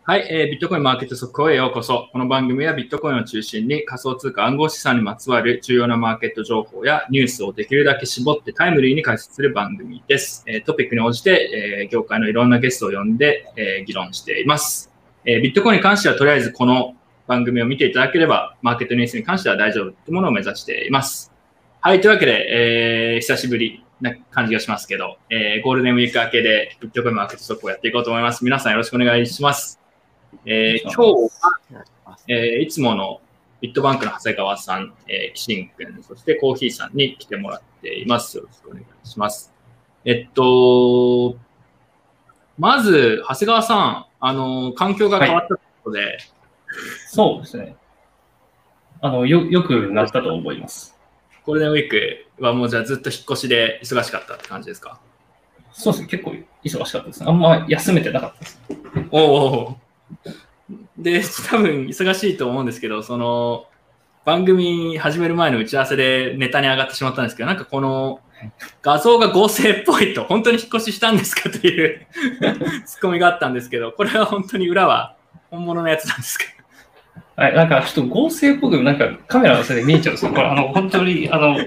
はい、ビットコインマーケット速報へようこそ。この番組はビットコインを中心に仮想通貨暗号資産にまつわる重要なマーケット情報やニュースをできるだけ絞ってタイムリーに解説する番組です。トピックに応じて、業界のいろんなゲストを呼んで、議論しています。ビットコインに関してはとりあえずこの番組を見ていただければ、マーケットニュースに関しては大丈夫というものを目指しています。はい、というわけで、久しぶりな感じがしますけど、ゴールデンウィーク明けでビットコインマーケット速報をやっていこうと思います。皆さんよろしくお願いします。今日は、いつものビットバンクの長谷川さん、キシン君、そしてコーヒーさんに来てもらっています。よろしくお願いします。まず、長谷川さん、環境が変わったということで、 そうですね。よくなったと思います。 ゴールデンウィークはもうじゃあずっと引っ越しで忙しかったって感じですか？ そうですね。結構忙しかったです。あんま休めてなかったです。 おお。で、多分忙しいと思うんですけど、その番組始める前の打ち合わせでネタに上がってしまったんですけど、なんかこの画像が合成っぽいと、本当に引っ越ししたんですかというツッコミがあったんですけど、これは本当に裏は本物のやつなんですか？ はい、なんかちょっと合成っぽく、なんかカメラのせいで見えちゃうんですよ。これ、本当に、あれ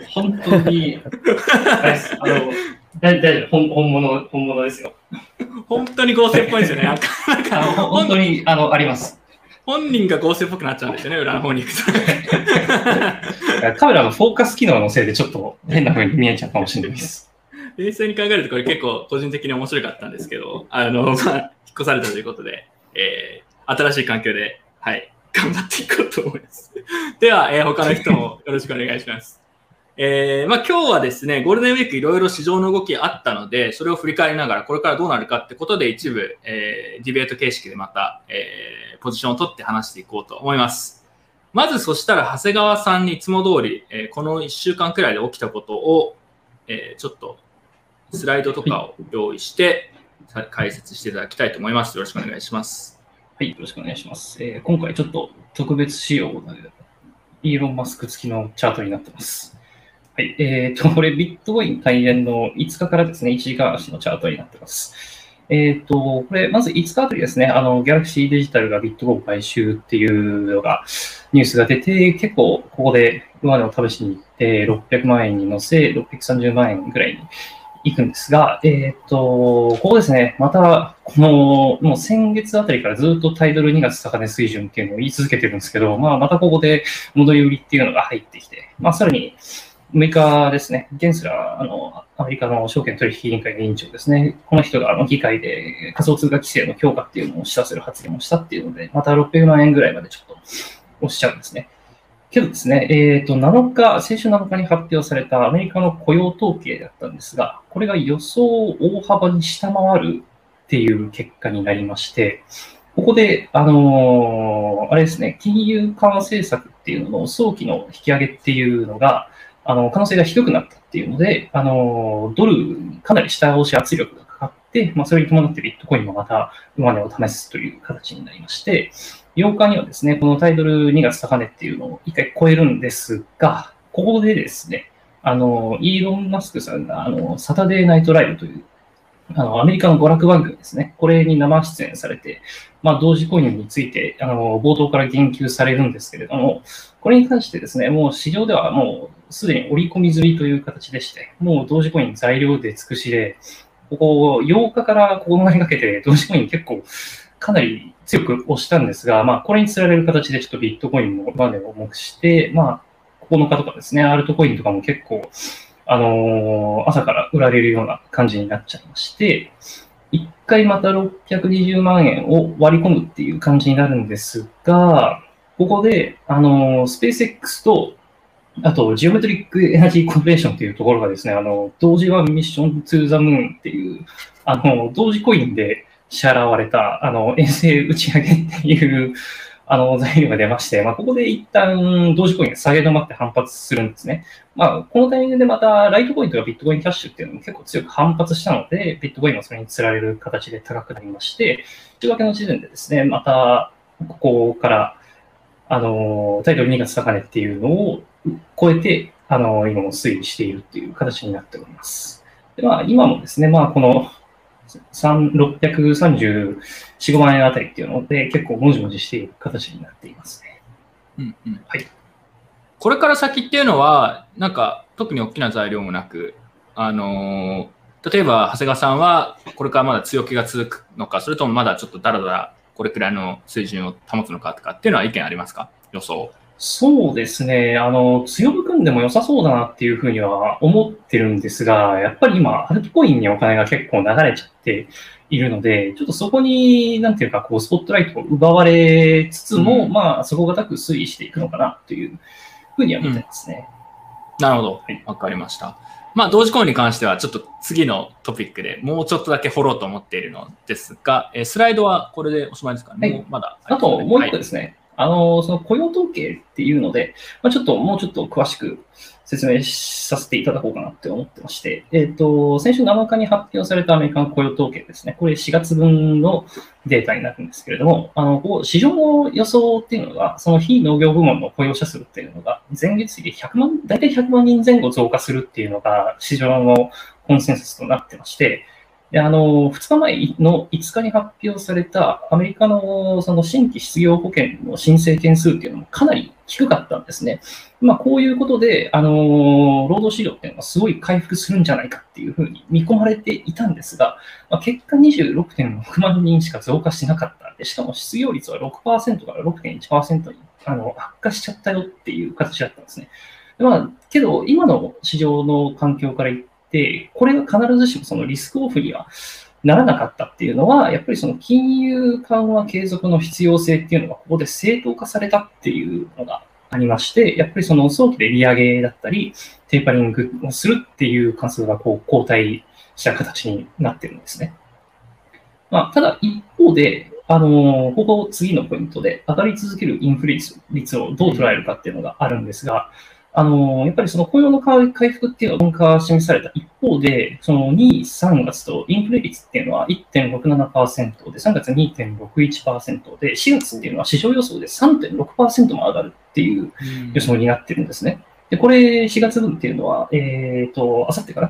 大丈夫、本物ですよ。 本当に合成っぽいですよね。なんか本当に、あります。 本人が合成っぽくなっちゃうんですよね、裏の方に行くと。 カメラのフォーカス機能のせいでちょっと変な風に見えちゃうかもしれないです。 冷静に考えるとこれ結構個人的に面白かったんですけど、引っ越されたということで、新しい環境で、はい、頑張っていこうと思います。では、他の人もよろしくお願いします。今日はですね、ゴールデンウィークいろいろ市場の動きあったので、それを振り返りながら、これからどうなるかってことで一部、ディベート形式でまた、ポジションを取って話していこうと思います。まずそしたら長谷川さんにいつも通り、この1週間くらいで起きたことを、ちょっとスライドとかを用意して解説していただきたいと思います。よろしくお願いします。 はい、よろしくお願いします。今回ちょっと特別仕様なので、イーロン・マスク付きのチャートになってます。はい、これビットコイン開演の5日からですね、1時間足のチャートになってます。これ、まず5日あたりですね、ギャラクシーデジタルがビットコイン買収っていうのが、ニュースが出て、結構ここで上値を試しに行って、600万円に乗せ、630万円ぐらいに行くんですが、ここですね、また、もう先月あたりからずっとタイドル2月高値水準っていうのを言い続けてるんですけど、またここで戻り売りっていうのが入ってきて、さらに、6日ですね、ゲンスラー、アメリカの証券取引委員会の委員長ですね、この人が議会で仮想通貨規制の強化っていうのを示唆する発言をしたっていうので、また600万円ぐらいまでちょっと押しちゃうんですね。けどですね、先週7日に発表されたアメリカの雇用統計だったんですが、これが予想を大幅に下回るっていう結果になりまして、ここで、あれですね、金融緩和政策っていうのの早期の引き上げっていうのが、可能性が低くなったっていうので、ドルにかなり下押し圧力がかかって、それに伴ってビットコインもまた上値を試すという形になりまして、8日にはですね、このタイドル2月高値っていうのを1回超えるんですが、ここでですね、イーロン・マスクさんがサタデーナイトライブというアメリカの娯楽番組ですね、これに生出演されて、同時コインについて冒頭から言及されるんですけれども、これに関してですね、もう市場ではもうすでに織り込み済みという形でして、もう同時コイン材料で尽くしで、ここ8日からここまでかけて同時コイン結構かなり強く押したんですが、これにつられる形でちょっとビットコインも上値を重くして、9日とかですね、アルトコインとかも結構朝から売られるような感じになっちゃいまして、一回また620万円を割り込むっていう感じになるんですが、ここで、スペース X と、あと、ジオメトリックエナジーコーポレーションというところがですね、同時ワンミッショントゥーザムーンっていう、同時コインで支払われた、衛星打ち上げっていう、材料が出まして、ここで一旦同時コインが下げ止まって反発するんですね。このタイミングでまたライトコインとかビットコインキャッシュっていうのも結構強く反発したので、ビットコインもそれにつられる形で高くなりまして、週明けの時点でですね、またここから、タイトル2月高値っていうのを超えて、今も推移しているっていう形になっております。で今もですね、この 634、5万円あたりっていうので、結構もじもじしている形になっていますね。 はい。これから先っていうのは、なんか特に大きな材料もなく、例えば長谷川さんはこれからまだ強気が続くのか、それともまだちょっとだらだらこれくらいの水準を保つのかとかっていうのは意見ありますか？予想。 そうですね。強含んでも良さそうだなっていうふうには思ってるんですが、やっぱり今、アルトコインにお金が結構流れちゃっているので、ちょっとそこに、なんていうか、こう、スポットライトを奪われつつも、まあ、底堅く推移していくのかなというふうには見てますね。 なるほど。わかりました。まあ、同時コインに関しては、ちょっと次のトピックでもうちょっとだけ掘ろうと思っているのですが、スライドはこれでおしまいですかね。もうまだあと、もう一個ですね。その雇用統計っていうので、もうちょっと詳しく説明させていただこうかなって思ってまして、先週7日に発表されたアメリカの雇用統計ですね。これ4月分のデータになるんですけれども、こう市場の予想っていうのが、その非農業部門の雇用者数っていうのが、前月比で大体100万人前後増加するっていうのが市場のコンセンサスとなってまして、で2日前の5日に発表されたアメリカのその新規失業保険の申請件数っていうのもかなり低かったんですね。まあ、こういうことで、労働市場っていうのはすごい回復するんじゃないかっていうふうに見込まれていたんですが、まあ、結果26.6万人しか増加しなかったんで、しかも失業率は 6% から 6.1% に悪化しちゃったよっていう形だったんですね。まあ、けど、今の市場の環境から言って、これが必ずしもそのリスクオフにはならなかったっていうのは、やっぱりその金融緩和継続の必要性っていうのがここで正当化されたっていうのがありまして、やっぱりその早期で利上げだったり、テーパリングをするっていう関数がこう後退した形になってるんですね。まあ、ただ一方で、ここ次のポイントで上がり続けるインフレ率をどう捉えるかっていうのがあるんですが、やっぱりその雇用の回復っていうのが示された一方で、その2、3月とインフレ率っていうのは 1.67% で、3月 2.61% で、4月っていうのは市場予想で 3.6% も上がるっていう予想になってるんですね。で、これ4月分っていうのは、あさってから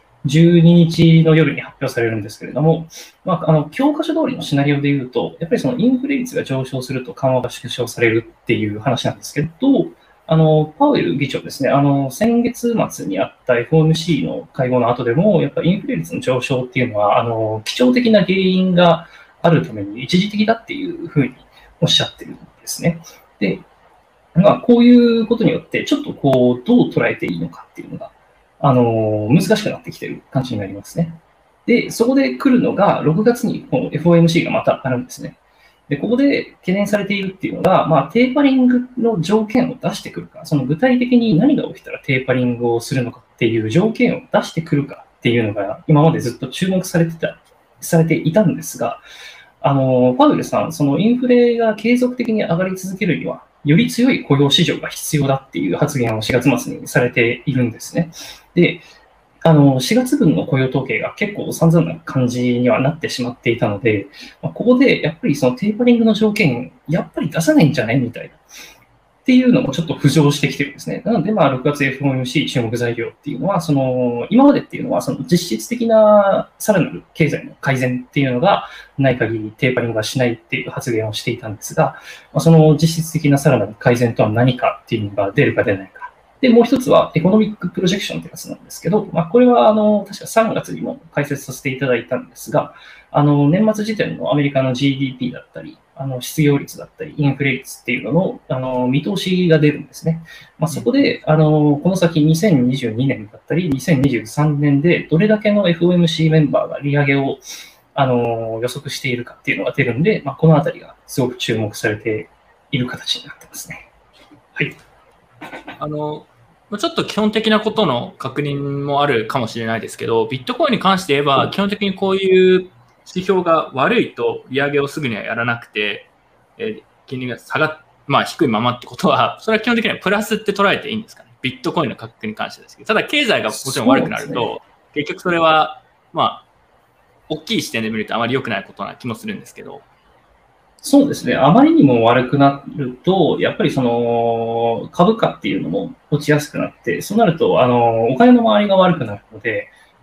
12日の夜に発表されるんですけれども、まあ、教科書通りのシナリオで言うと、やっぱりそのインフレ率が上昇すると緩和が縮小されるっていう話なんですけど、パウエル議長ですね、先月末にあった FOMC の会合の後でも、やっぱりインフレ率の上昇っていうのは、基調的な原因があるために一時的だっていうふうにおっしゃってるんですね。で、まあ、こういうことによって、ちょっとこう、どう捉えていいのかっていうのが、難しくなってきてる感じになりますね。で、そこで来るのが、6月にこの FOMC がまたあるんですね。で、ここで懸念されているっていうのが、まあ、テーパリングの条件を出してくるか、その具体的に何が起きたらテーパリングをするのかっていう条件を出してくるかっていうのが、今までずっと注目されていたんですが、パウエルさん、そのインフレが継続的に上がり続けるには、より強い雇用市場が必要だっていう発言を4月末にされているんですね。で、4月分の雇用統計が結構散々な感じにはなってしまっていたので、ここでやっぱりそのテーパリングの条件、やっぱり出さないんじゃないみたいな。っていうのもちょっと浮上してきてるんですね。なので、まあ、6月 FOMC 注目材料っていうのは、その、今までっていうのは、その実質的なさらなる経済の改善っていうのがない限りテーパリングはしないっていう発言をしていたんですが、その実質的なさらなる改善とは何かっていうのが出るか出ないか。で、もう一つはエコノミックプロジェクションってやつなんですけど、まあ、これは確か3月にも解説させていただいたんですが、年末時点のアメリカの GDP だったり、失業率だったり、インフレ率っていうのの、見通しが出るんですね。まあ、そこで、この先2022年だったり、2023年でどれだけの FOMC メンバーが利上げを予測しているかっていうのが出るんで、まあ、このあたりがすごく注目されている形になってますね。はい。 ちょっと基本的なことの確認もあるかもしれないですけど、ビットコインに関して言えば、基本的にこういう指標が悪いと利上げをすぐにはやらなくて、金利が低いままってことは、それは基本的にはプラスって捉えていいんですかね。ビットコインの価格に関してですけど、ただ経済がもちろん悪くなると、結局それは、まあ、大きい視点で見るとあまり良くないことな気もするんですけど。 そうですね。あまりにも悪くなると、やっぱりその株価っていうのも落ちやすくなって、そうなると、お金の周りが悪くなるので、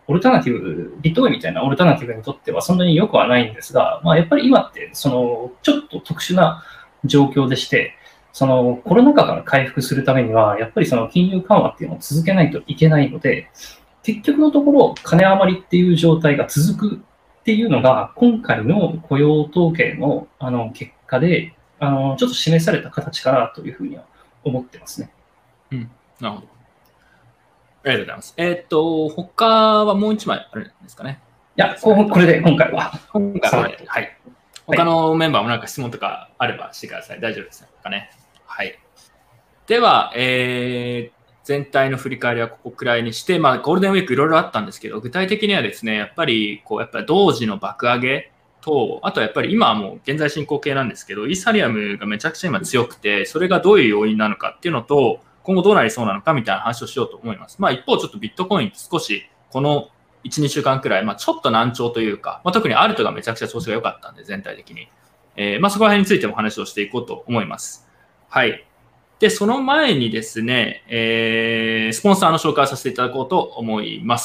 オルタナティブ、ビットコインみたいなオルタナティブにとってはそんなに良くはないんですが、やっぱり今って、ちょっと特殊な状況でして、コロナ禍から回復するためには、やっぱり金融緩和っていうのを続けないといけないので、結局のところ、金余りっていう状態が続くっていうのが、今回の雇用統計の結果で、ちょっと示された形かなというふうには思ってますね。 なるほど。ありがとうございます。他はもう一枚あるんですかね。 いや、これで今回は。 はい。他のメンバーもなんか質問とかあればしてください。大丈夫ですかね。はい。では、全体の振り返りはここくらいにして、ゴールデンウィークいろいろあったんですけど、具体的にはですね、やっぱり同時の爆上げと、あとやっぱり今はもう現在進行形なんですけど、イーサリアムがめちゃくちゃ今強くて、それがどういう要因なのかっていうのと、今後どうなりそうなのかみたいな話をしようと思います。一方ちょっとビットコイン少しこの1、2週間くらい、ちょっと難聴というか、特にアルトがめちゃくちゃ調子が良かったんで、全体的に。そこら辺についても話をしていこうと思います。はい。で、その前にですね、スポンサーの紹介をさせていただこうと思います。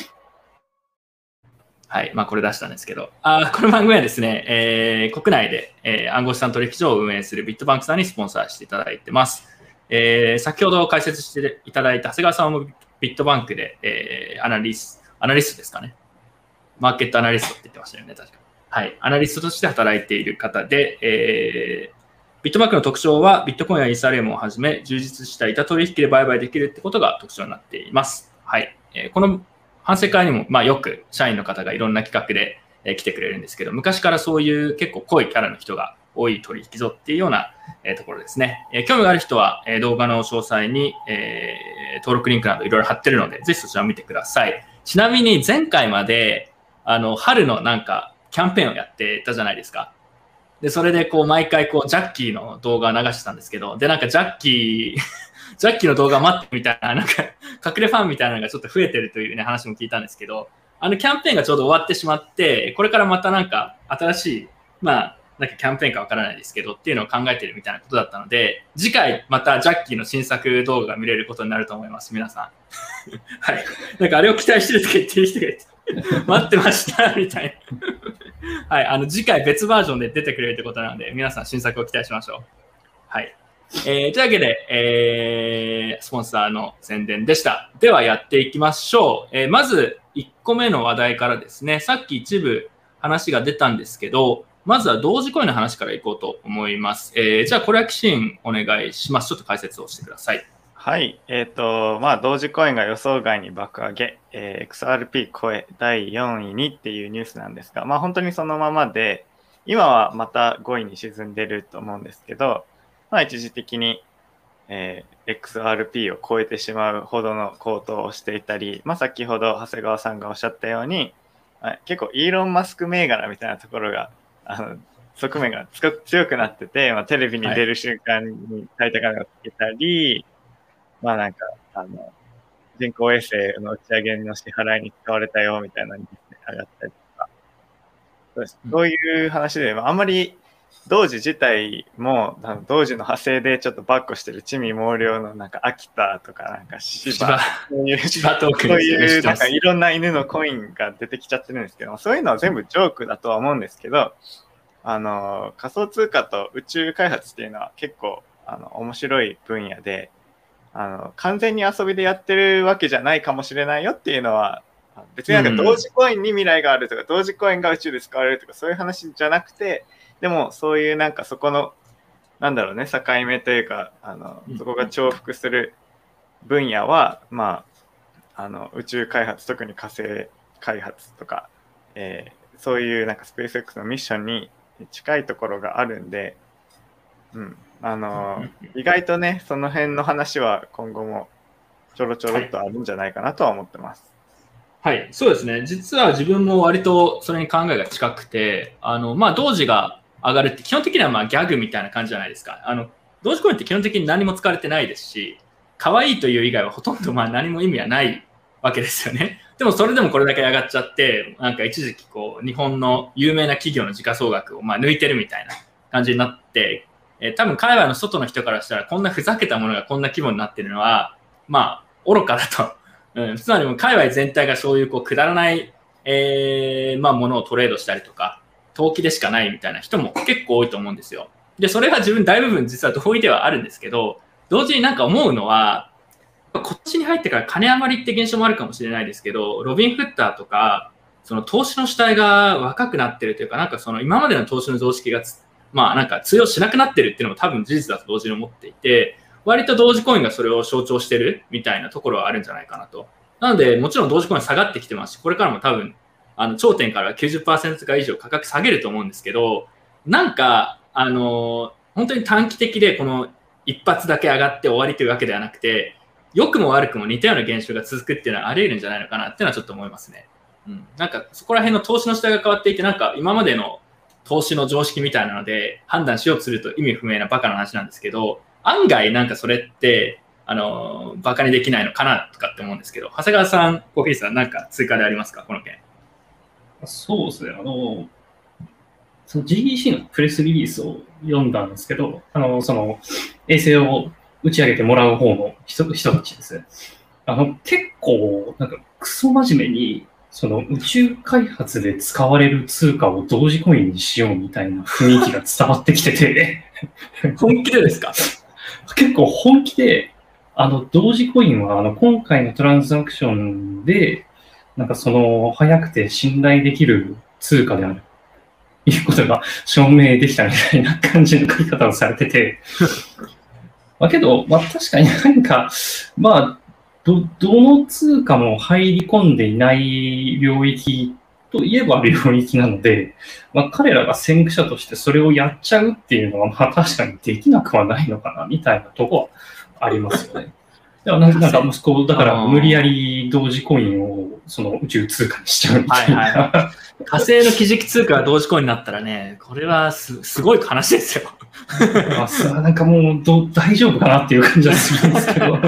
はい。これ出したんですけど、この番組はですね、国内で、暗号資産取引所を運営するビットバンクさんにスポンサーしていただいてます。先ほど解説していただいた長谷川さんもビットバンクで、アナリストですかね。マーケットアナリストって言ってましたよね、確か。はい。アナリストとして働いている方で、ビットバンクの特徴は、ビットコインやイーサリアムをはじめ、充実した板取引で売買できるってことが特徴になっています。はい。この反省会にも、よく社員の方がいろんな企画で、来てくれるんですけど、昔からそういう結構濃いキャラの人が多い取引所っていうような、ところですね。興味がある人は、動画の詳細に、登録リンクなどいろいろ貼ってるので、ぜひそちらを見てください。ちなみに前回まで、春のなんかキャンペーンをやってたじゃないですか。で、それで毎回ジャッキーの動画を流してたんですけど、で、なんかジャッキーの動画待ってみたいな、なんか隠れファンみたいなのがちょっと増えてるというね、話も聞いたんですけど、キャンペーンがちょうど終わってしまって、これからまたなんか新しい、なんかキャンペーンかわからないですけどっていうのを考えてるみたいなことだったので、次回またジャッキーの新作動画が見れることになると思います、皆さん。はい。なんかあれを期待してるとか言ってる人がいて、待ってましたみたいな。はい。次回別バージョンで出てくれるってことなので、皆さん新作を期待しましょう。はい。というわけで、スポンサーの宣伝でした。ではやっていきましょう。まず1個目の話題からですね、さっき一部話が出たんですけど、まずは同時コインの話からいこうと思います。じゃあ、これは岸ンお願いします。ちょっと解説をしてください。 はい。同時コインが予想外に爆上げ、XRP 超え第4位にっていうニュースなんですが、本当にそのままで、今はまた5位に沈んでると思うんですけど、一時的に、XRP を超えてしまうほどの高騰をしていたり、先ほど長谷川さんがおっしゃったように、結構イーロン・マスク銘柄みたいなところが、側面が強くなってて、テレビに出る瞬間に最高値をつけたり、なんか、人工衛星の打ち上げの支払いに使われたよみたいなニュースで上がったりとか、そういう話で、あんまり同時自体も、同時の派生でちょっとバックしてる地味猛量のなんか秋田とかなんか芝そういうなんかいろんな犬のコインが出てきちゃってるんですけど、そういうのは全部ジョークだとは思うんですけど、仮想通貨と宇宙開発っていうのは結構面白い分野で、完全に遊びでやってるわけじゃないかもしれないよっていうのは、別になんか同時コインに未来があるとか、同時コインが宇宙で使われるとか、そういう話じゃなくて、でもそういうなんかそこの、なんだろうね、境目というか、そこが重複する分野は、宇宙開発、特に火星開発とか、そういうなんかスペース X のミッションに近いところがあるんで、意外とね、その辺の話は今後もちょろちょろっとあるんじゃないかなとは思ってます。 はい、そうですね。実は自分も割とそれに考えが近くて、同時が上がるって基本的にはギャグみたいな感じじゃないですか。同時コインって基本的に何も使われてないですし、可愛いという以外はほとんど何も意味はないわけですよね。でもそれでもこれだけ上がっちゃって、なんか一時期日本の有名な企業の時価総額を抜いてるみたいな感じになって、多分海外の外の人からしたらこんなふざけたものがこんな規模になってるのは、愚かだとつまりも界隈全体がそういうくだらない、まあ、ものをトレードしたりとか、投機でしかないみたいな人も結構多いと思うんですよ。で、それが自分大部分実は同意ではあるんですけど、同時になんか思うのは、今年に入ってから金余りって現象もあるかもしれないですけど、ロビン・フッターとか、その投資の主体が若くなってるというか、なんかその今までの投資の常識がまあなんか通用しなくなってるっていうのも多分事実だと同時に思っていて、割と同時コインがそれを象徴してるみたいなところはあるんじゃないかなと。なので、もちろん同時コイン下がってきてますし、これからも多分、頂点から 90% か以上価格下げると思うんですけど、なんか、本当に短期的でこの一発だけ上がって終わりというわけではなくて、良くも悪くも似たような現象が続くっていうのはあり得るんじゃないのかなっていうのはちょっと思いますね。なんかそこら辺の投資の主体が変わっていて、なんか今までの投資の常識みたいなので判断しようとすると意味不明なバカな話なんですけど、案外なんかそれってバカにできないのかなとかって思うんですけど、長谷川さん、コーヒーさん、なんか追加でありますか、この件。 そうですね。その GDC のプレスリリースを読んだんですけど、その衛星を打ち上げてもらう方の人たちですね。結構、なんかクソ真面目に、その宇宙開発で使われる通貨を同時コインにしようみたいな雰囲気が伝わってきてて本気でですか？ 結構本気で、同時コインは、今回のトランザクションで、なんかその、早くて信頼できる通貨である、いうことが証明できたみたいな感じの書き方をされてて、まあけど、まあ確かになんか、まあ、どの通貨も入り込んでいない領域といえば領域なので、まあ彼らが先駆者としてそれをやっちゃうっていうのは、まあ確かにできなくはないのかな、みたいなとこはありますよね。だからなんか息子、だから無理やり同時コインをその宇宙通貨にしちゃうみたいな。はいはいはい、 火星の基軸通貨が同時コインになったらね、これはすごい話ですよ。 なんかもう大丈夫かなっていう感じはするんですけど。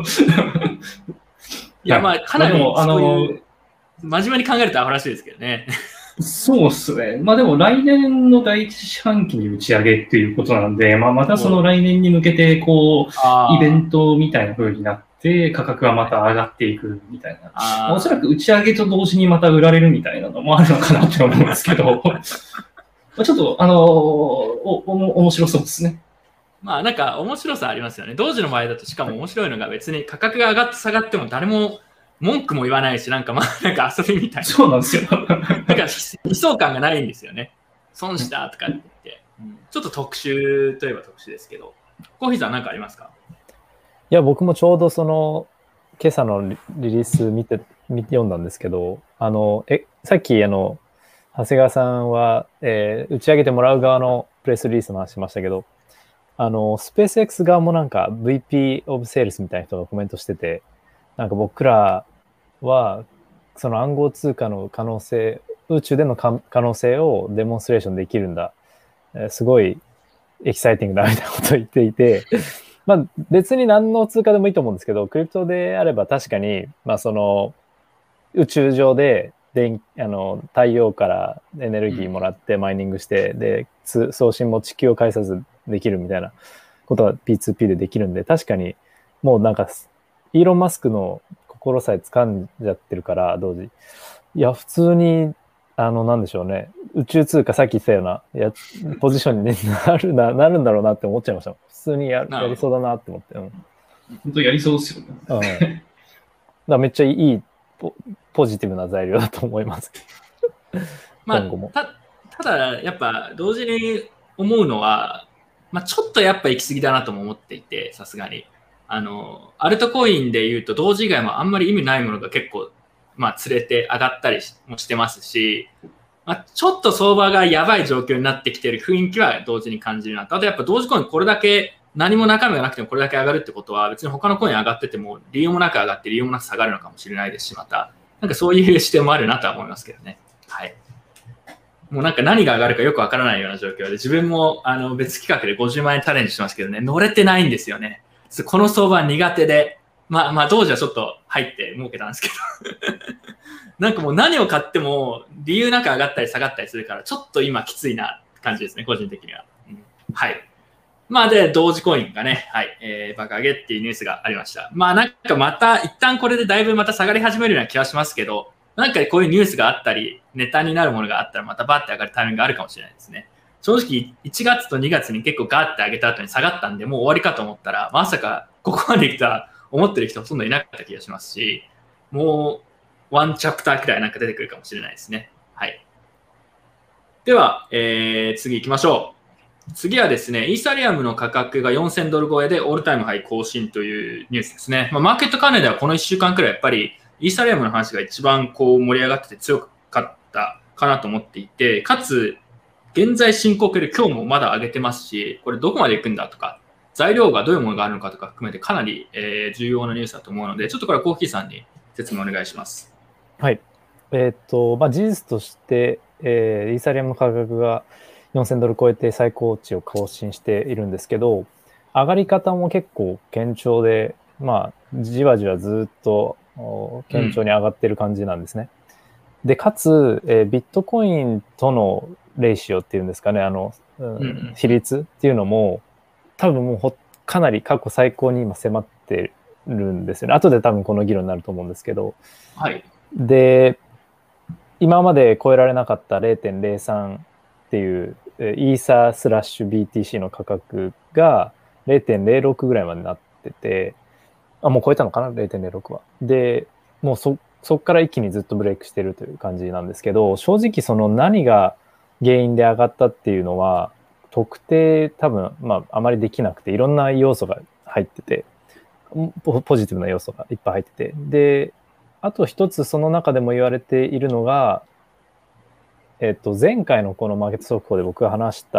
いや、まあ、かなりそういう真面目に考えるとアホらしいですけどね。 そうっすね。まあでも来年の第一四半期に打ち上げっていうことなんで、まあまたその来年に向けてこう、イベントみたいな風になって、価格がまた上がっていくみたいな。おそらく打ち上げと同時にまた売られるみたいなのもあるのかなって思うんですけど、ちょっと、面白そうですね。 まあなんか面白さありますよね。同時の場合だとしかも面白いのが別に価格が上がって下がっても誰も文句も言わないし、なんかまあなんか遊びみたいな。 そうなんですよ。 なんか悲壮感がないんですよね。損したとかって言って。ちょっと特殊といえば特殊ですけど。コーヒーさんなんかありますか？ いや、僕もちょうどその今朝のリリース見て読んだんですけど、さっき長谷川さんは、打ち上げてもらう側のプレスリリースの話しましたけど、スペース X 側もなんか VP of Sales みたいな人がコメントしてて、なんか僕らはその暗号通貨の可能性、宇宙での可能性をデモンストレーションできるんだ。すごいエキサイティングだみたいなことを言っていて、まあ別に何の通貨でもいいと思うんですけど、クリプトであれば確かに、まあその宇宙上で太陽からエネルギーもらってマイニングして、で、送信も地球を介さずできるみたいなことは P2P でできるんで、確かにもうなんか、イーロン・マスクの心さえ掴んじゃってるから、同時。いや、普通に、なんでしょうね、宇宙通貨さっき言ったようなポジションに、なるんだろうなって思っちゃいました。普通にやりそうだなって思って。 本当やりそうですよね。 だからめっちゃいいポジティブな材料だと思います。 まあ、ただ、やっぱ同時に思うのは、まあ、ちょっとやっぱ行き過ぎだなとも思っていて、さすがに。アルトコインで言うと、同時以外もあんまり意味ないものが結構、まあ、連れて上がったりもしてますし、まあ、ちょっと相場がやばい状況になってきている雰囲気は同時に感じるなと。あとやっぱ同時コインこれだけ何も中身がなくてもこれだけ上がるってことは、別に他のコイン上がってても理由もなく上がって理由もなく下がるのかもしれないですし、また、なんかそういう視点もあるなとは思いますけどね。はい。もうなんか何が上がるかよくわからないような状況で、自分も別企画で50万円チャレンジしてますけどね、乗れてないんですよね。この相場苦手で、まあ当時はちょっと入って儲けたんですけど、なんかもう何を買っても理由なく上がったり下がったりするから、ちょっと今きついな感じですね、個人的には。はい。 まあで、同時コインがね、はい、爆上げっていうニュースがありました。まあなんかまた、一旦これでだいぶまた下がり始めるような気がしますけど、なんかこういうニュースがあったり、ネタになるものがあったらまたバッて上がるタイミングがあるかもしれないですね。正直、1月と2月に結構ガーって上げた後に下がったんで、もう終わりかと思ったら、まさかここまで来た思ってる人ほとんどいなかった気がしますし、もうワンチャプターくらいなんか出てくるかもしれないですね。はい。では、次行きましょう。次はですね、イーサリアムの価格が4000ドル超えでオールタイムハイ更新というニュースですね。マーケット関連ではこの1週間くらいやっぱりイーサリアムの話が一番こう盛り上がってて強かったかなと思っていて、かつ現在進行形で今日もまだ上げてますし、これどこまで行くんだとか、材料がどういうものがあるのかとか含めてかなり重要なニュースだと思うので、ちょっとこれはコーヒーさんに説明お願いします。 はい。事実として、イーサリアムの価格が4000ドル超えて最高値を更新しているんですけど、上がり方も結構堅調で、じわじわずっと堅調に上がってる感じなんですね。で、かつ、ビットコインとのレーシオっていうんですかね、比率っていうのも、多分もうかなり過去最高に今迫ってるんですよね。後で多分この議論になると思うんですけど。 はい。 で、今まで超えられなかった 0.03 っていうイーサスラッシュ BTC の価格が 0.06 ぐらいまでなってて、もう超えたのかな 0.06 は。で、もうそこから一気にずっとブレイクしてるという感じなんですけど、正直その何が原因で上がったっていうのは特定多分あまりできなくて、いろんな要素が入ってて、ポジティブな要素がいっぱい入ってて、で、あと一つその中でも言われているのが、前回のこのマーケット速報で僕が話した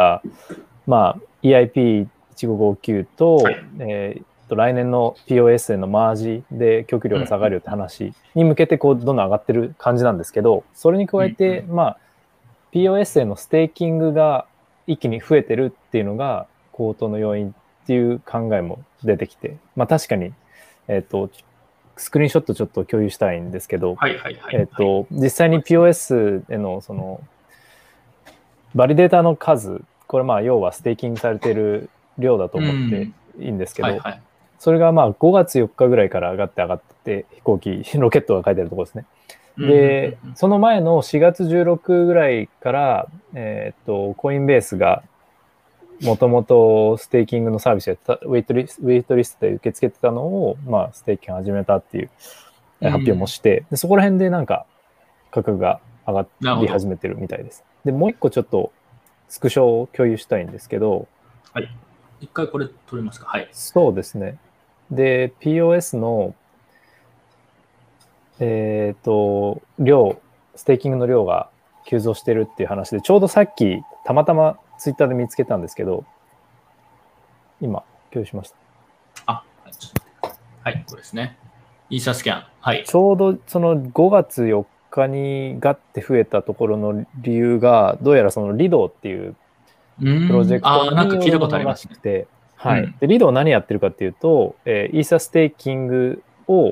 、EIP1559 と、はい、来年の POS へのマージで供給量が下がるよって話に向けてこうどんどん上がってる感じなんですけど、それに加えて、POS へのステーキングが一気に増えてるっていうのが高騰の要因っていう考えも出てきて、確かに、スクリーンショットちょっと共有したいんですけど、実際に POS へのそのバリデータの数、これ要はステーキングされている量だと思っていいんですけど、それが5月4日ぐらいから上がって飛行機、ロケットが書いてあるところですね。で、その前の4月16ぐらいから、コインベースがもともとステーキングのサービスやウェイトリストで受け付けてたのを、ステーキング始めたっていう発表もして、でそこら辺でなんか価格が上がり始めてるみたいです。で、もう一個ちょっとスクショを共有したいんですけど、 はい。一回これ取れますか？はい。 そうですね。で、POS の、量、ステーキングの量が急増してるっていう話で、ちょうどさっきたまたまツイッターで見つけたんですけど、今、共有しました。 はい、これですね。イーサスキャン。はい。 ちょうどその5月4日にガッて増えたところの理由が、どうやらそのリドっていうプロジェクトになんか聞いたことありましくて、はい。で、リド何やってるかっていうと、イーサステーキング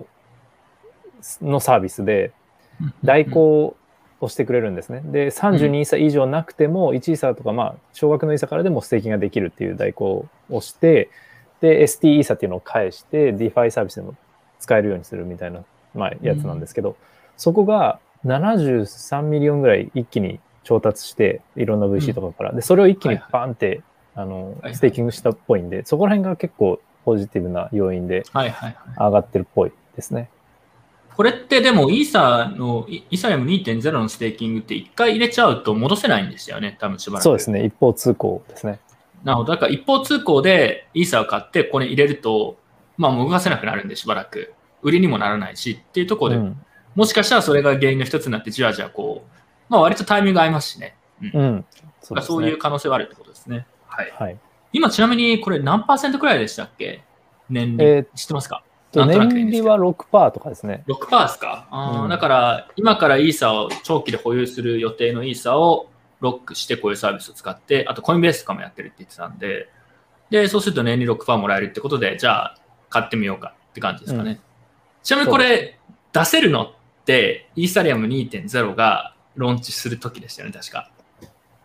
のサービスで代行をしてくれるんですね。で、32イーサ以上なくても、1イーサとか、少額のイーサからでもステーキングができるっていう代行をして、で、ST イーサっていうのを返して、DeFi サービスでも使えるようにするみたいな、やつなんですけど、そこが73ミリオンぐらい一気に調達して、いろんな VC とかから。で、それを一気にバーンって、ステーキングしたっぽいんで、そこら辺が結構ポジティブな要因で上がってるっぽいですね。 これってでもイーサリアム 2.0 のステーキングって一回入れちゃうと戻せないんですよね、多分しばらく。 そうですね、一方通行ですね。 なるほど。だから一方通行でイーサを買ってこれ入れると、もう動かせなくなるんでしばらく。売りにもならないしっていうところで、もしかしたらそれが原因の一つになってじわじわこう、割とタイミング合いますしね。そういう可能性はあるってことですね。はい。今ちなみにこれ何%くらいでしたっけ？年利。知ってますか？ 年利は 6% とかですね。 6% ですか？だから今からイーサを長期で保有する予定のイーサをロックしてこういうサービスを使って、あとコインベースとかもやってるって言ってたんで、で、そうすると年利 6% もらえるってことで、じゃあ買ってみようかって感じですかね。ちなみにこれ出せるのってイーサリアム 2.0 がローンチするときでしたよね、確か。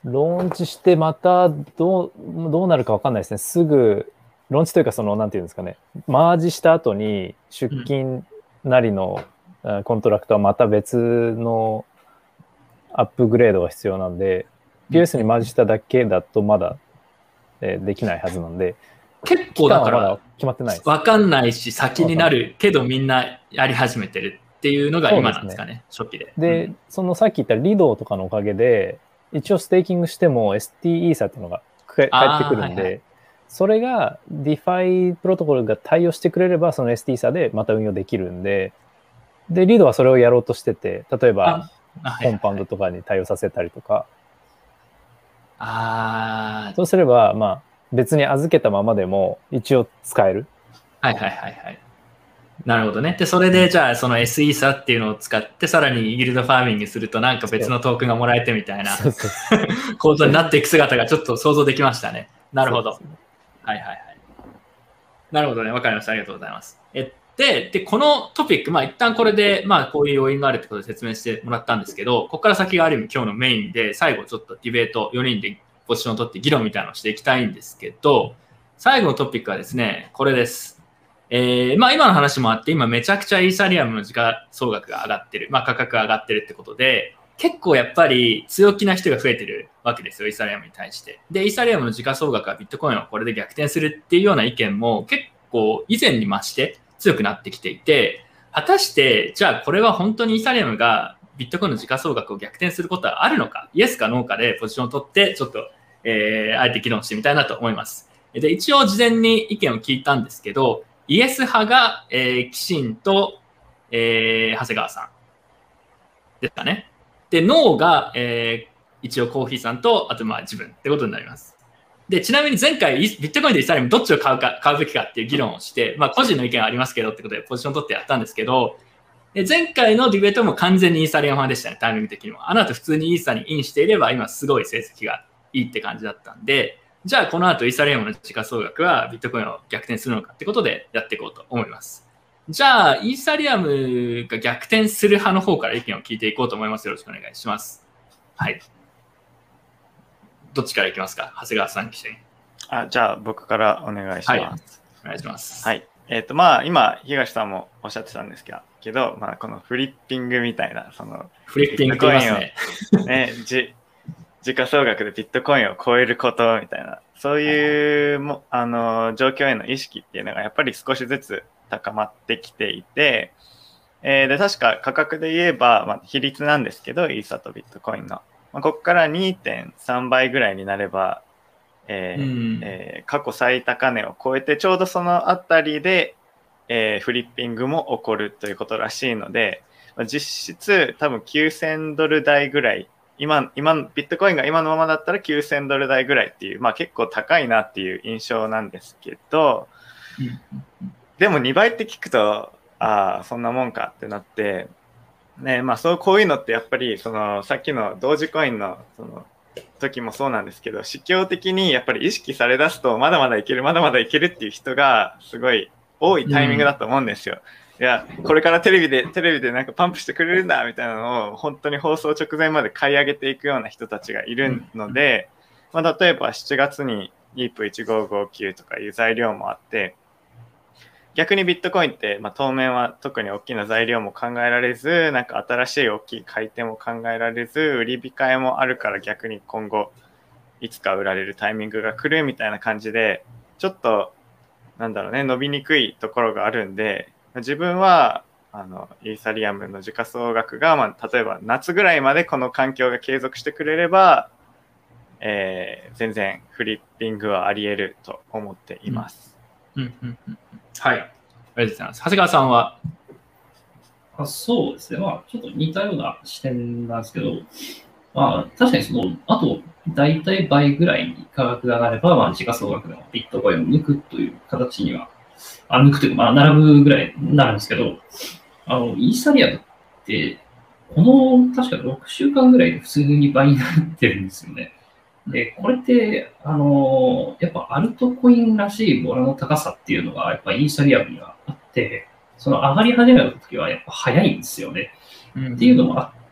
ローンチしてまたどうなるかわかんないですね。すぐ、ローンチというかなんていうんですかね、マージした後に出勤なりのコントラクトはまた別のアップグレードが必要なんで、PS にマージしただけだとまだ、できないはずなんで、 結構だからまだ決まってないです。 わかんないし先になるけどみんなやり始めてるっていうのが今なんですかね、初期で。 で、さっき言ったリドとかのおかげで、一応ステーキングしても ST イーサっていうのが返ってくるんで、はいはい、それが DeFi プロトコルが対応してくれれば、その ST イーサでまた運用できるんで、で、リドはそれをやろうとしてて、例えば、コンパウンドとかに対応させたりとか。そうすれば、まあ、別に預けたままでも一応使える。 はいはいはいはい。なるほどね。で、それでじゃあその SE 差っていうのを使ってさらにギルドファーミングするとなんか別のトークンがもらえてみたいな構造になっていく姿がちょっと想像できましたね。なるほど。はいはいはい。なるほどね。わかりました。ありがとうございます。で、このトピック、まあ一旦これで、まあこういう要因があるってことで説明してもらったんですけど、ここから先がある意味今日のメインで、最後ちょっとディベート4人でポジションを取って議論みたいなのをしていきたいんですけど、最後のトピックはですね、これです。まあ今の話もあって、今めちゃくちゃイーサリアムの時価総額が上がってる、まあ価格が上がってるってことで、結構やっぱり強気な人が増えてるわけですよ、イーサリアムに対して。で、イーサリアムの時価総額はビットコインをこれで逆転するっていうような意見も結構以前に増して強くなってきていて、果たしてじゃあこれは本当にイーサリアムがビットコインの時価総額を逆転することはあるのか、イエスかノーかでポジションを取ってちょっと、あえて議論してみたいなと思います。で、一応事前に意見を聞いたんですけど、イエス派が、キシンと、長谷川さんですかね。で、ノーが、一応コーヒーさんと、あとまあ自分ってことになります。で、ちなみに前回ビットコインとイーサリアムどっちを買うべきかっていう議論をして、まあ個人の意見はありますけどってことでポジションを取ってやったんですけど、前回のディベートも完全にイーサリアム派でしたね、タイミング的にも。あの後普通にイーサにインしていれば今すごい成績がいいって感じだったんで、じゃあこの後イーサリアムの時価総額はビットコインを逆転するのかってことでやっていこうと思います。じゃあイーサリアムが逆転する派の方から意見を聞いていこうと思います。よろしくお願いします。はい。どっちからいきますか、長谷川さん、記者に。 じゃあ僕からお願いします。はい、 お願いします。 はい。まあ今東さんもおっしゃってたんですけど、まあこのフリッピングみたいなフリッピングって言いますね。 ね時価総額でビットコインを超えることみたいな、そういう状況への意識っていうのがやっぱり少しずつ高まってきていて、で確か価格で言えば、まあ、比率なんですけど、イーサとビットコインの、まあ、ここから 2.3 倍ぐらいになれば、過去最高値を超えてちょうどそのあたりで、フリッピングも起こるということらしいので、まあ、実質多分9000ドル台ぐらい、今ビットコインが今のままだったら9000ドル台ぐらいっていう、まあ結構高いなっていう印象なんですけど、でも2倍って聞くと、そんなもんかってなって、ね、まあこういうのってやっぱりさっきの同時コインの時もそうなんですけど、市況的にやっぱり意識されだすとまだまだいけるっていう人がすごい多いタイミングだと思うんですよ。いや、これからテレビでなんかパンプしてくれるんだみたいなのを本当に放送直前まで買い上げていくような人たちがいるので、まあ、例えば7月に EIP1559 とかいう材料もあって、逆にビットコインって、まあ、当面は特に大きな材料も考えられず、なんか新しい大きい買い手も考えられず、売り控えもあるから逆に今後いつか売られるタイミングが来るみたいな感じで、ちょっとなんだろうね、伸びにくいところがあるんで、自分はイーサリアムの時価総額が、まあ、例えば夏ぐらいまでこの環境が継続してくれれば、全然フリッピングはあり得ると思っています。 はい、ありがとうございます。長谷川さんはそうですね、まあ、ちょっと似たような視点なんですけど、まあ、確かにあと大体倍ぐらいに価格が上がれば、まあ、時価総額のビットコインを抜くという形には、抜くというか、まあ、並ぶぐらいになるんですけど、イーサリアムって、この確か6週間ぐらいで普通に倍になってるんですよね。で、これって、やっぱアルトコインらしいボラの高さっていうのが、やっぱイーサリアムにはあって、その上がり始めた時はやっぱ早いんですよね。っていうのもあっ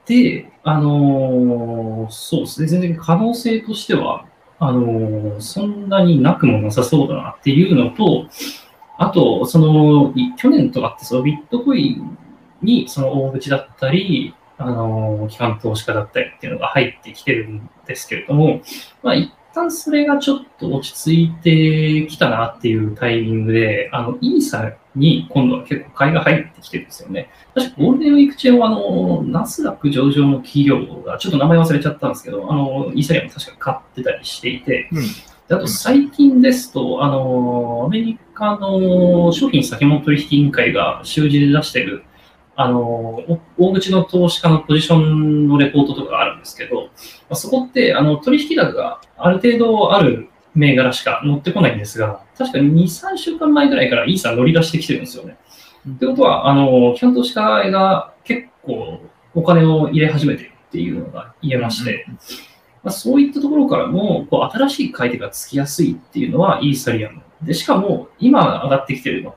で、そうですね、全然可能性としては、そんなになくもなさそうだなっていうのと、あと、去年とかって、ビットコインに、大口だったり、機関投資家だったりっていうのが入ってきてるんですけれども、まあ、一旦それがちょっと落ち着いてきたなっていうタイミングで、イーサに今度は結構買いが入ってきてるんですよね。確かゴールデンウィーク中は、ナスダック上場の企業が、ちょっと名前忘れちゃったんですけど、イーサリアム確か買ってたりしていて、であと最近ですと、アメリカの商品先物取引委員会が週次で出している、大口の投資家のポジションのレポートとかがあるんですけど、そこって、取引高がある程度ある銘柄しか乗ってこないんですが、確かに2、3週間前ぐらいからイーサ乗り出してきてるんですよね。ってことは、機関投資家が結構お金を入れ始めてるっていうのが言えまして、そういったところからも、新しい買い手がつきやすいっていうのはイーサリアム。で、しかも、今上がってきてるのって、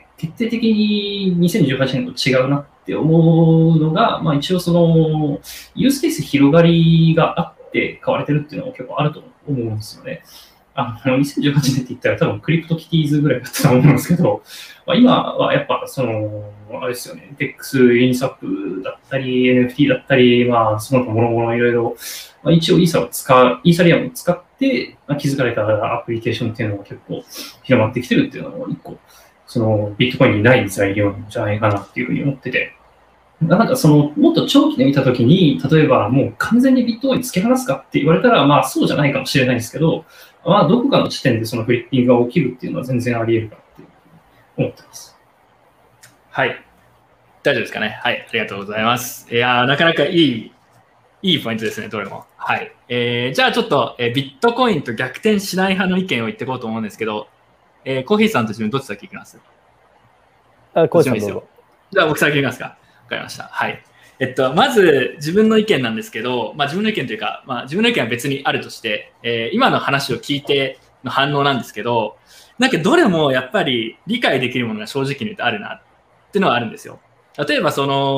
決定的に2018年と違うなって思うのが、一応ユースケース広がりがあって買われてるっていうのも結構あると思うんですよね。2018年って言ったら多分クリプトキティーズぐらいだったと思うんですけど、今はやっぱあれですよね、DEX、インサップだったり、NFT だったり、その他もろもろいろいろ、一応イーサリアムを使って、築かれたアプリケーションっていうのが結構広まってきてるっていうのも一個、ビットコインにない材料じゃないかなっていうふうに思ってて、なんかもっと長期で見たときに、例えばもう完全にビットコイン突き放すかって言われたら、そうじゃないかもしれないですけど、どこかの地点でそのフリッピングが起きるっていうのは全然あり得るかなって思ってます。 はい。大丈夫ですかね。はい。ありがとうございます。いやー、なかなかいいポイントですね、どれも。はい。じゃあちょっと、ビットコインと逆転しない派の意見を言っていこうと思うんですけど、コーヒーさんと自分どっち先行きます？ コーヒーさんどうぞ。 じゃあ僕先行きますか。わかりました。はい。まず自分の意見なんですけど、自分の意見というか、自分の意見は別にあるとして、今の話を聞いての反応なんですけど、なんかどれもやっぱり理解できるものが正直に言うとあるなっていうのはあるんですよ。例えば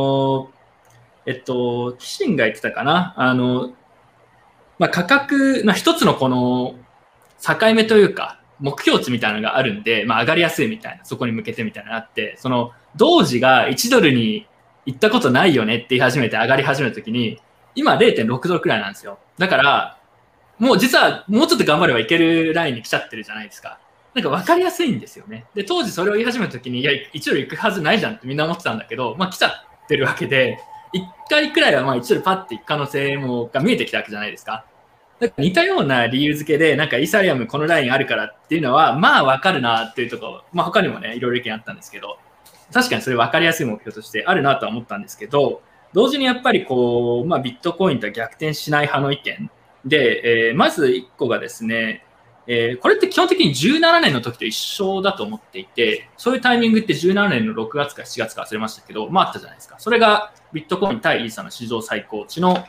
キシンが言ってたかな、価格の一つのこの境目というか、目標値みたいなのがあるんで、上がりやすいみたいな、そこに向けてみたいなのがあって、同時が1ドルに行ったことないよねって言い始めて上がり始めたときに、今 0.6 ドルくらいなんですよ。だから、もう実はもうちょっと頑張ればいけるラインに来ちゃってるじゃないですか。なんか分かりやすいんですよね。で、当時それを言い始めたときに、いや、1ドル行くはずないじゃんってみんな思ってたんだけど、来ちゃってるわけで、1回くらいは1ドルパッていく可能性が見えてきたわけじゃないですか。だから似たような理由付けで、なんかイーサリアムこのラインあるからっていうのは、分かるなっていうところ、他にもね、いろいろ意見あったんですけど、確かにそれ分かりやすい目標としてあるなとは思ったんですけど、同時にやっぱりビットコインとは逆転しない派の意見で、まず1個がですね、これって基本的に17年の時と一緒だと思っていて、そういうタイミングって17年の6月か7月か忘れましたけど、あったじゃないですか。それがビットコイン対イーサの史上最高値の、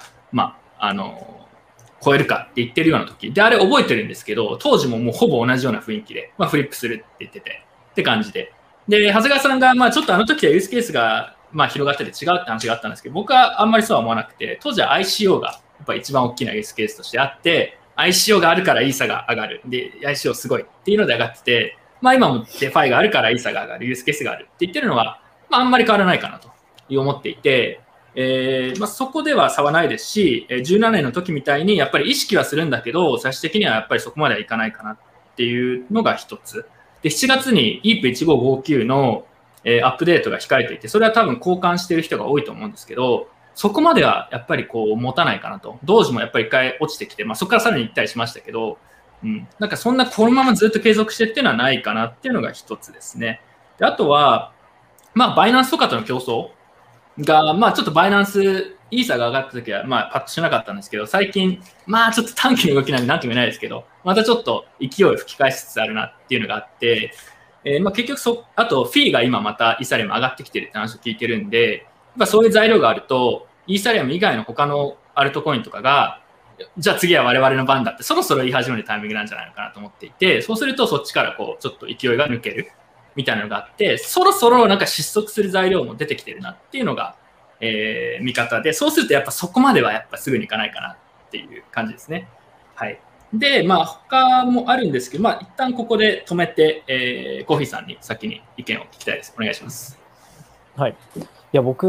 超えるかって言ってるような時で、あれ覚えてるんですけど、当時ももうほぼ同じような雰囲気で、フリップするって言ってて、って感じで。で、長谷川さんが、ちょっとあの時はユースケースが、広がってて違うって話があったんですけど、僕はあんまりそうは思わなくて、当時は ICO がやっぱ一番大きなユースケースとしてあって、ICO があるからイーサが上がる。で、ICO すごいっていうので上がってて、今もデファイがあるからイーサが上がる、ユースケースがあるって言ってるのは、あんまり変わらないかなと思っていて、そこでは差はないですし、17年の時みたいにやっぱり意識はするんだけど、最終的にはやっぱりそこまではいかないかなっていうのが一つ。で、7月に EAP1559 のアップデートが控えていて、それは多分交換している人が多いと思うんですけど、そこまではやっぱり持たないかなと。同時もやっぱり一回落ちてきて、そこからさらに行ったりしましたけど、なんかそんなこのままずっと継続してっていうのはないかなっていうのが一つですね。で、あとは、バイナンスとかとの競争が、ちょっとバイナンス、イーサが上がった時は、パッとしなかったんですけど、最近、ちょっと短期の動きなんで何とも言えないですけど、またちょっと勢いを吹き返しつつあるなっていうのがあって、結局あとフィーが今またイーサリアム上がってきてるって話を聞いてるんで、そういう材料があると、イーサリアム以外の他のアルトコインとかが、じゃあ次は我々の番だってそろそろ言い始めるタイミングなんじゃないのかなと思っていて、そうするとそっちからちょっと勢いが抜けるみたいなのがあって、そろそろなんか失速する材料も出てきてるなっていうのが見方で、そうするとやっぱそこまではやっぱすぐにいかないかなっていう感じですね。はい。で、まあ他もあるんですけど、まあ一旦ここで止めて、コーヒーさんに先に意見を聞きたいです。お願いします。 はい。いや、僕、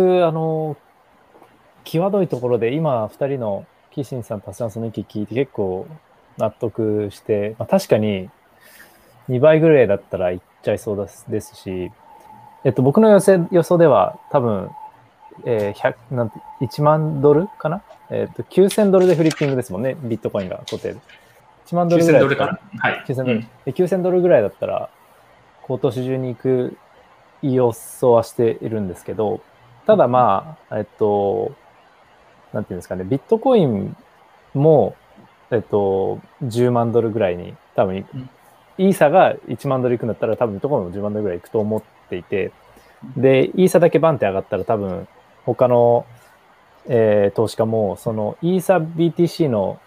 際どいところで今2人のキシンさん、タスランさんの意見聞いて結構納得して、まあ、確かに2倍ぐらいだったらいっちゃいそうですし、僕の予想では多分、1万ドルかな、9000ドルでフリッピングですもんね、ビットコインが固定で。1万ドルぐらいだったら、 はい。 9000ドル。9000ドルぐらいだったら、今年中に行く予想はしているんですけど、ただまあ、なんていうんですかね、ビットコインも、10万ドルぐらいに多分、イーサが1万ドルいくんだったら多分ビットコインも10万ドルぐらいいくと思っていて、で、イーサだけバンって上がったら多分、他の、投資家も、そのイーサ BTC の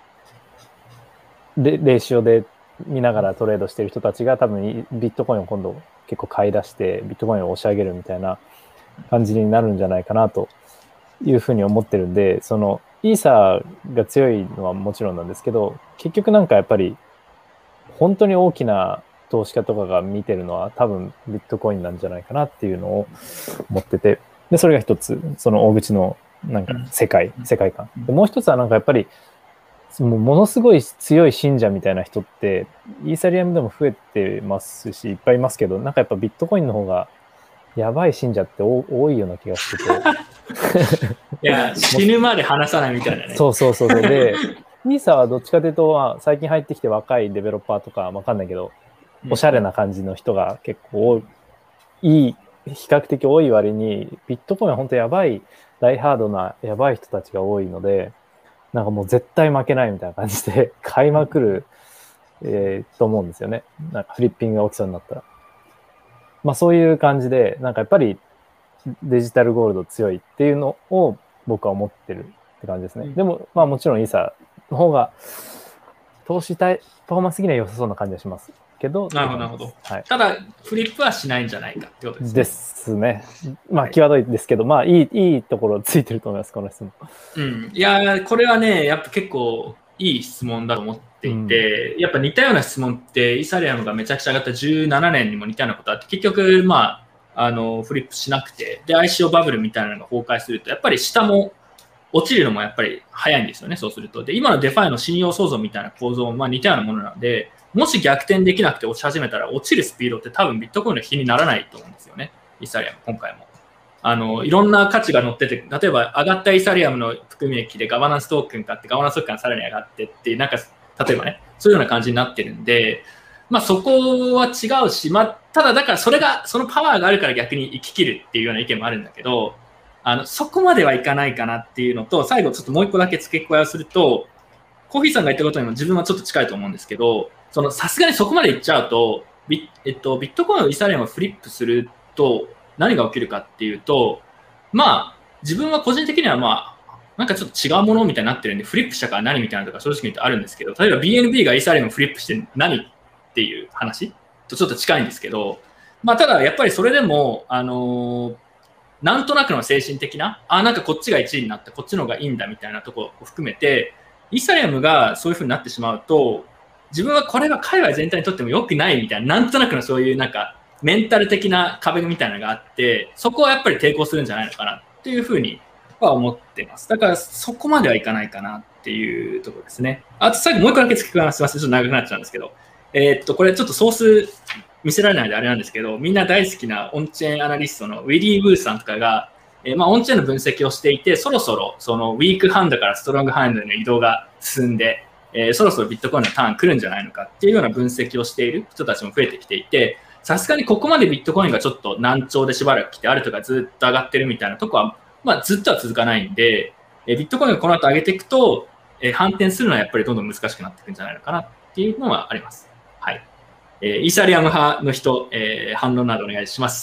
レーシオで見ながらトレードしてる人たちが多分ビットコインを今度結構買い出してビットコインを押し上げるみたいな感じになるんじゃないかなというふうに思ってるんで、そのイーサが強いのはもちろんなんですけど、結局なんかやっぱり本当に大きな投資家とかが見てるのは多分ビットコインなんじゃないかなっていうのを思ってて、でそれが一つ、その大口のなんか世界観で、もう一つはなんかやっぱりものすごい強い信者みたいな人ってイーサリアムでも増えてますしいっぱいいますけど、なんかやっぱビットコインの方がやばい信者って多いような気がしてていや死ぬまで話さないみたいなね。 そうでイーサはどっちかというと、最近入ってきて若いデベロッパーとかわかんないけど、おしゃれな感じの人が結構比較的多い割にビットコインは本当やばいダイハードなやばい人たちが多いので、なんかもう絶対負けないみたいな感じで買いまくる、と思うんですよね。なんかフリッピングが起きそうになったら。まあそういう感じで、なんかやっぱりデジタルゴールド強いっていうのを僕は思ってるって感じですね。でもまあもちろんイーサの方が投資パフォーマンス的には良さそうな感じがしますけど。 なるほどなるほど。 はい、 ただフリップはしないんじゃないかってことですね。 ですね。まあ際どいですけど、まあいいところついてると思いますこの質問。 いやこれはねやっぱ結構いい質問だと思っていて、やっぱ似たような質問ってイーサリアムがめちゃくちゃ上がった17年にも似たようなことあって、結局まあフリップしなくて、で ICO バブルみたいなのが崩壊するとやっぱり下も落ちるのもやっぱり早いんですよね。そうするとで今のデファイの信用創造みたいな構造もまあ似たようなものなので、もし逆転できなくて落ち始めたら落ちるスピードって多分ビットコインの比にならないと思うんですよね。イーサリアム今回もいろんな価値が乗ってて、例えば上がったイーサリアムの含み益でガバナンストークン買って、ガバナンストークンがさらに上がってっていう、なんか、例えばね、そういうような感じになってるんで、まあそこは違うし、まあ、ただだからそのパワーがあるから逆に生き切るっていうような意見もあるんだけど、そこまではいかないかなっていうのと、最後ちょっともう一個だけ付け加えをすると、コーヒーさんが言ったことにも自分はちょっと近いと思うんですけど、さすがにそこまでいっちゃうと、ビットコインをイーサリアムをフリップすると、何が起きるかっていうと、まあ、自分は個人的にはまあ、なんかちょっと違うものみたいになってるんで、フリップしたから何みたいなとか正直言うとあるんですけど、例えば BNB がイーサリアムをフリップして何っていう話とちょっと近いんですけど、まあ、ただやっぱりそれでも、なんとなくの精神的な、なんかこっちが1位になって、こっちの方がいいんだみたいなところを含めて、イーサリアムがそういう風になってしまうと、自分はこれが海外全体にとっても良くないみたいな、なんとなくのそういうなんか、メンタル的な壁みたいなのがあって、そこはやっぱり抵抗するんじゃないのかなっていうふうには思ってます。だからそこまではいかないかなっていうところですね。あと最後もう一個だけ付け加えます。すみません。ちょっと長くなっちゃうんですけど。これちょっとソース見せられないであれなんですけど、みんな大好きなオンチェーンアナリストのウィリー・ブースさんとかが、まあ、オンチェーンの分析をしていて、そろそろそのウィークハンドからストロングハンドへの移動が進んで、そろそろビットコインのターン来るんじゃないのかっていうような分析をしている人たちも増えてきていて、さすがにここまでビットコインがちょっと難聴でしばらく来て、あるとかずっと上がってるみたいなとこは、まあ、ずっとは続かないんで、ビットコインがこの後上げていくと、反転するのはやっぱりどんどん難しくなっていくんじゃないのかなっていうのはあります。はい。イーサリアム派の人、反論などお願いします。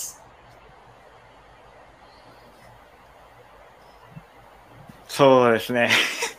そうですね。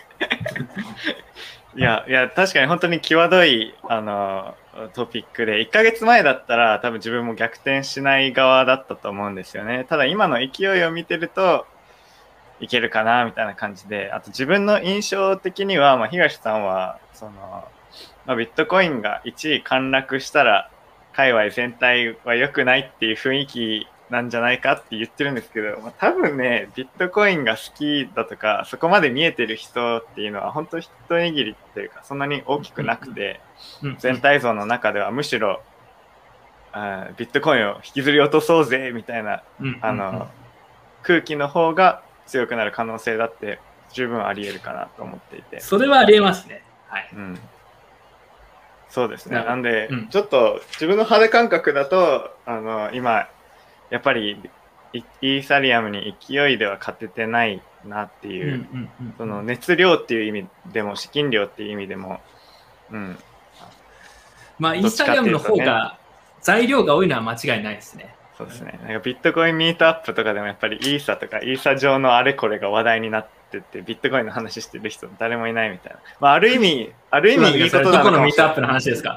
いや確かに本当に際どいトピックで、1ヶ月前だったら多分自分も逆転しない側だったと思うんですよね。ただ今の勢いを見てるといけるかなみたいな感じで、あと自分の印象的には、東さんはビットコインが1位陥落したら界隈全体は良くないっていう雰囲気なんじゃないかって言ってるんですけど、多分ね、ビットコインが好きだとかそこまで見えてる人っていうのは本当一握りっていうかそんなに大きくなくて、全体像の中ではむしろビットコインを引きずり落とそうぜみたいな空気の方が強くなる可能性だって十分あり得るかなと思っていて。 それはありえますね。はい。 そうですね。なんで、ちょっと自分の肌感覚だと今やっぱりイーサリアムに勢いでは勝ててないなっていう、その熱量っていう意味でも資金量っていう意味でも、イーサリアムの方が材料が多いのは間違いないですね。 そうですね。なんかビットコインミートアップとかでもやっぱりイーサとかイーサ上のあれこれが話題になってて、ビットコインの話してる人誰もいないみたいな。ある意味いいことなのかもしれない。 どこのミートアップの話ですか？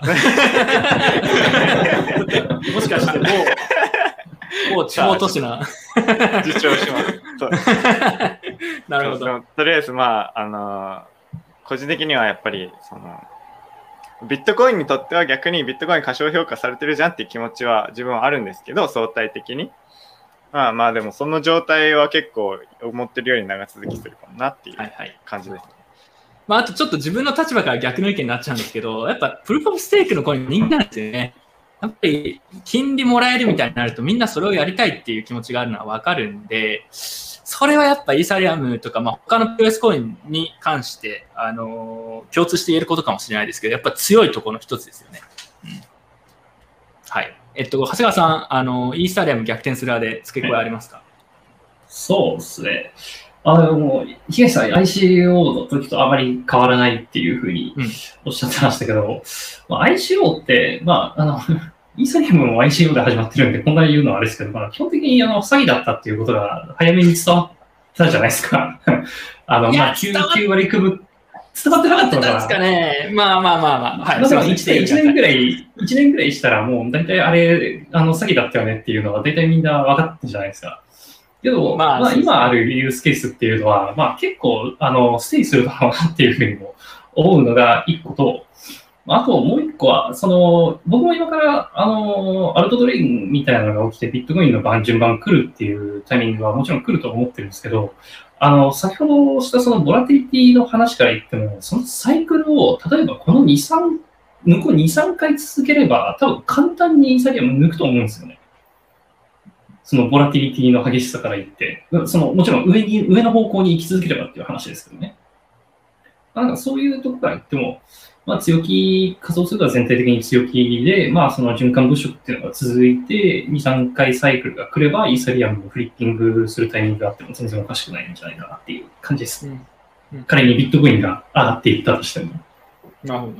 もしかしてもう地方都市な自重します。そうなるほど。 とりあえず個人的にはやっぱりビットコインにとっては逆にビットコイン過小評価されてるじゃんっていう気持ちは自分はあるんですけど、相対的にでもその状態は結構思ってるより長続きするかもなっていう感じです。 あとちょっと自分の立場から逆の意見になっちゃうんですけど、やっぱプルーフ・オブ・ステークのコイン人気なんですよね。やっぱり金利もらえるみたいになるとみんなそれをやりたいっていう気持ちがあるのは分かるんで、それはやっぱイーサリアムとか、他の POS コインに関して、共通して言えることかもしれないですけど、やっぱ強いところの一つですよね。はい。長谷川さん、イーサリアム逆転する派で付け加えありますか？ そうですね。東さん、ICO の時とあまり変わらないっていうふうにおっしゃってましたけど、ICO って、イーサリアムも ICO で始まってるんで、こんなに言うのはあれですけど、基本的に詐欺だったっていうことが早めに伝わったじゃないですか。9割9分、伝わってなかったのかな。 ですかね。はい。 1年ぐらいしたらもう大体あれ、詐欺だったよねっていうのは大体みんな分かったじゃないですか。けど、今あるユースケースっていうのは、結構、ステイするだろうなっていうふうにも思うのが一個と、あともう一個は、僕も今から、アルトドレインみたいなのが起きて、ビットコインの順番来るっていうタイミングはもちろん来ると思ってるんですけど、先ほどしたそのボラティリティの話から言っても、そのサイクルを、例えばこの向こう2、3回続ければ、多分簡単にイーサリアム抜くと思うんですよね。そのボラティリティの激しさから言って、もちろん上の方向に行き続ければっていう話ですけどね。そういうところから言っても、強気、仮想通貨は全体的に強気で、その循環物色っていうのが続いて、2、3回サイクルが来れば、イーサリアムをフリッピングするタイミングがあっても全然おかしくないんじゃないかなっていう感じです。仮にビットコインが上がっていったとしても。 なるほど。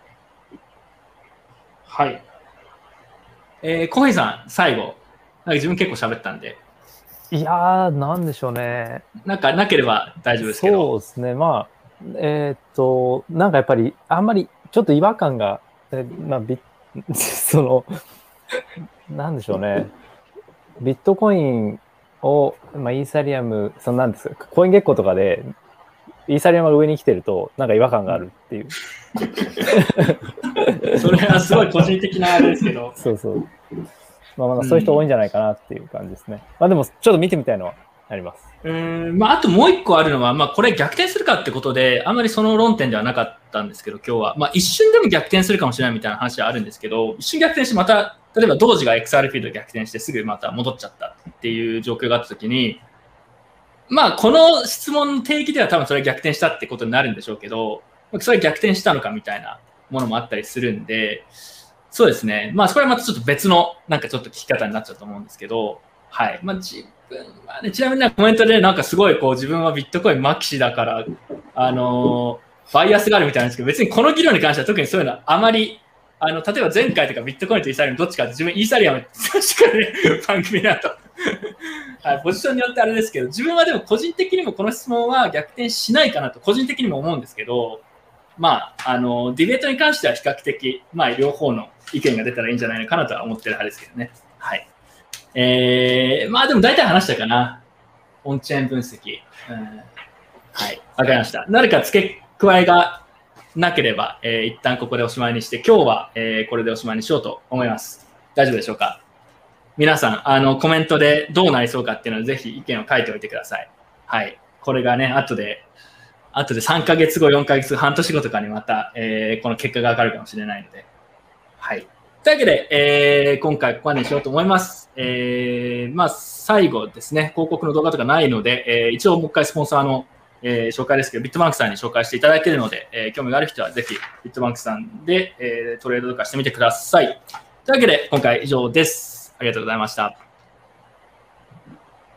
はい。小平さん、最後。自分結構喋ったんで。 いやー、なんでしょうね。 なければ大丈夫ですけど。 そうですね。なんかやっぱり、あんまりちょっと違和感が、なんでしょうね。ビットコインを、イーサリアム、なんですか、コイン月光とかで、イーサリアムが上に来てると、なんか違和感があるっていう。 それはすごい個人的なあれですけど。 そう。そういう人多いんじゃないかなっていう感じですね。でも、ちょっと見てみたいのはあります。 あともう一個あるのは、これ逆転するかってことで、あんまりその論点ではなかったんですけど、今日は。一瞬でも逆転するかもしれないみたいな話はあるんですけど、一瞬逆転してまた、例えば同時が XRP と逆転してすぐまた戻っちゃったっていう状況があったときに、この質問の定義では多分それは逆転したってことになるんでしょうけど、それは逆転したのかみたいなものもあったりするんで、そうですね。それはまたちょっと別の、ちょっと聞き方になっちゃうと思うんですけど、はい。自分はね、ちなみにコメントですごい自分はビットコインマキシだから、バイアスがあるみたいなんですけど、別にこの議論に関しては特にそういうのはあまり、例えば前回とかビットコインとイーサリアムどっちかって自分イーサリアム確かに番組だと。はい、ポジションによってあれですけど、自分はでも個人的にもこの質問は逆転しないかなと個人的にも思うんですけど、ディベートに関しては比較的、両方の意見が出たらいいんじゃないのかなとは思ってる派ですけどね。はい。でも大体話したかな。 オンチェーン分析。はい、わかりました。何か付け加えがなければ、一旦ここでおしまいにして、今日は、これでおしまいにしようと思います。大丈夫でしょうか？皆さん、コメントでどうなりそうかっていうのをぜひ意見を書いておいてください。はい。これがね、後で3ヶ月後、4ヶ月後、半年後とかにまた、この結果がわかるかもしれないので。はい。というわけで、今回ここまでにしようと思います。まあ、最後ですね、広告の動画とかないので、一応もう一回スポンサーの、紹介ですけど、ビットバンクさんに紹介していただいているので、興味がある人はぜひビットバンクさんで、トレードとかしてみてください。というわけで、今回以上です。ありがとうございました。